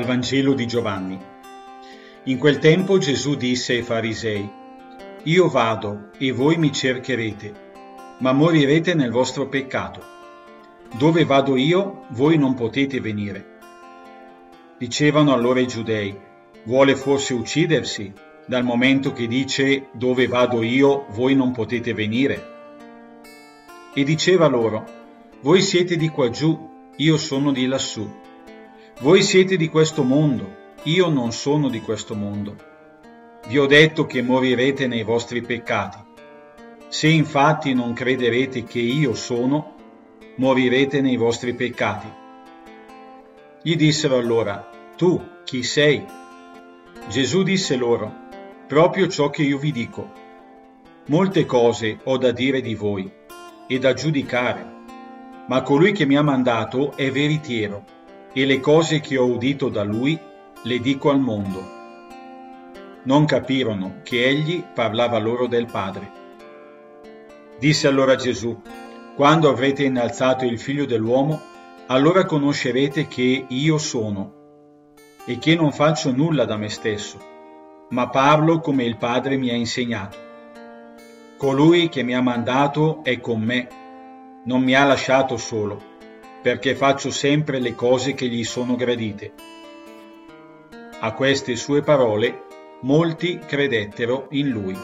Dal Vangelo di Giovanni. In quel tempo Gesù disse ai farisei: Io vado e voi mi cercherete, ma morirete nel vostro peccato. Dove vado io, voi non potete venire. Dicevano allora i giudei: Vuole forse uccidersi, dal momento che dice: Dove vado io, voi non potete venire? E diceva loro: Voi siete di qua giù, io sono di lassù. Voi siete di questo mondo, io non sono di questo mondo. Vi ho detto che morirete nei vostri peccati. Se infatti non crederete che io sono, morirete nei vostri peccati. Gli dissero allora: Tu chi sei? Gesù disse loro: Proprio ciò che io vi dico. Molte cose ho da dire di voi e da giudicare, ma colui che mi ha mandato è veritiero, e le cose che ho udito da lui le dico al mondo. Non capirono che egli parlava loro del Padre. Disse allora Gesù: Quando avrete innalzato il Figlio dell'uomo, allora conoscerete che io sono, e che non faccio nulla da me stesso, ma parlo come il Padre mi ha insegnato. Colui che mi ha mandato è con me, non mi ha lasciato solo, perché faccio sempre le cose che gli sono gradite. A queste sue parole molti credettero in lui.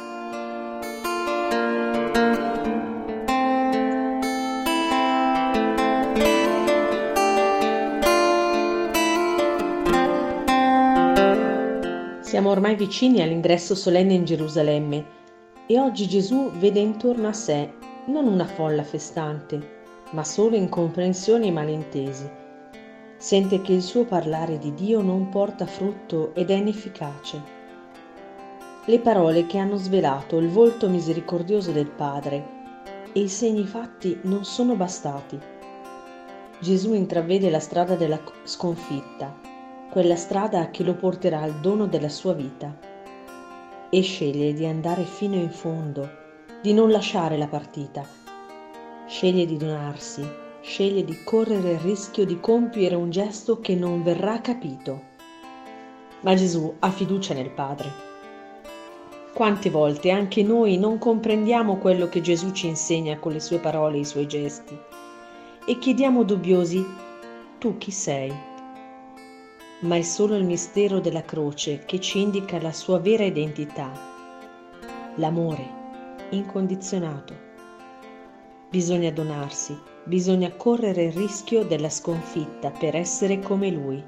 Siamo ormai vicini all'ingresso solenne in Gerusalemme e oggi Gesù vede intorno a sé non una folla festante, ma solo incomprensioni e malintesi. Sente che il suo parlare di Dio non porta frutto ed è inefficace. Le parole che hanno svelato il volto misericordioso del Padre e i segni fatti non sono bastati. Gesù intravede la strada della sconfitta, quella strada che lo porterà al dono della sua vita, e sceglie di andare fino in fondo, di non lasciare la partita. Sceglie di donarsi, sceglie di correre il rischio di compiere un gesto che non verrà capito. Ma Gesù ha fiducia nel Padre. Quante volte anche noi non comprendiamo quello che Gesù ci insegna con le sue parole e i suoi gesti e chiediamo dubbiosi: tu chi sei? Ma è solo il mistero della croce che ci indica la sua vera identità, l'amore incondizionato. Bisogna donarsi, bisogna correre il rischio della sconfitta per essere come Lui.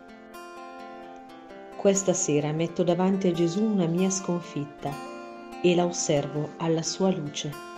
Questa sera metto davanti a Gesù una mia sconfitta e la osservo alla sua luce.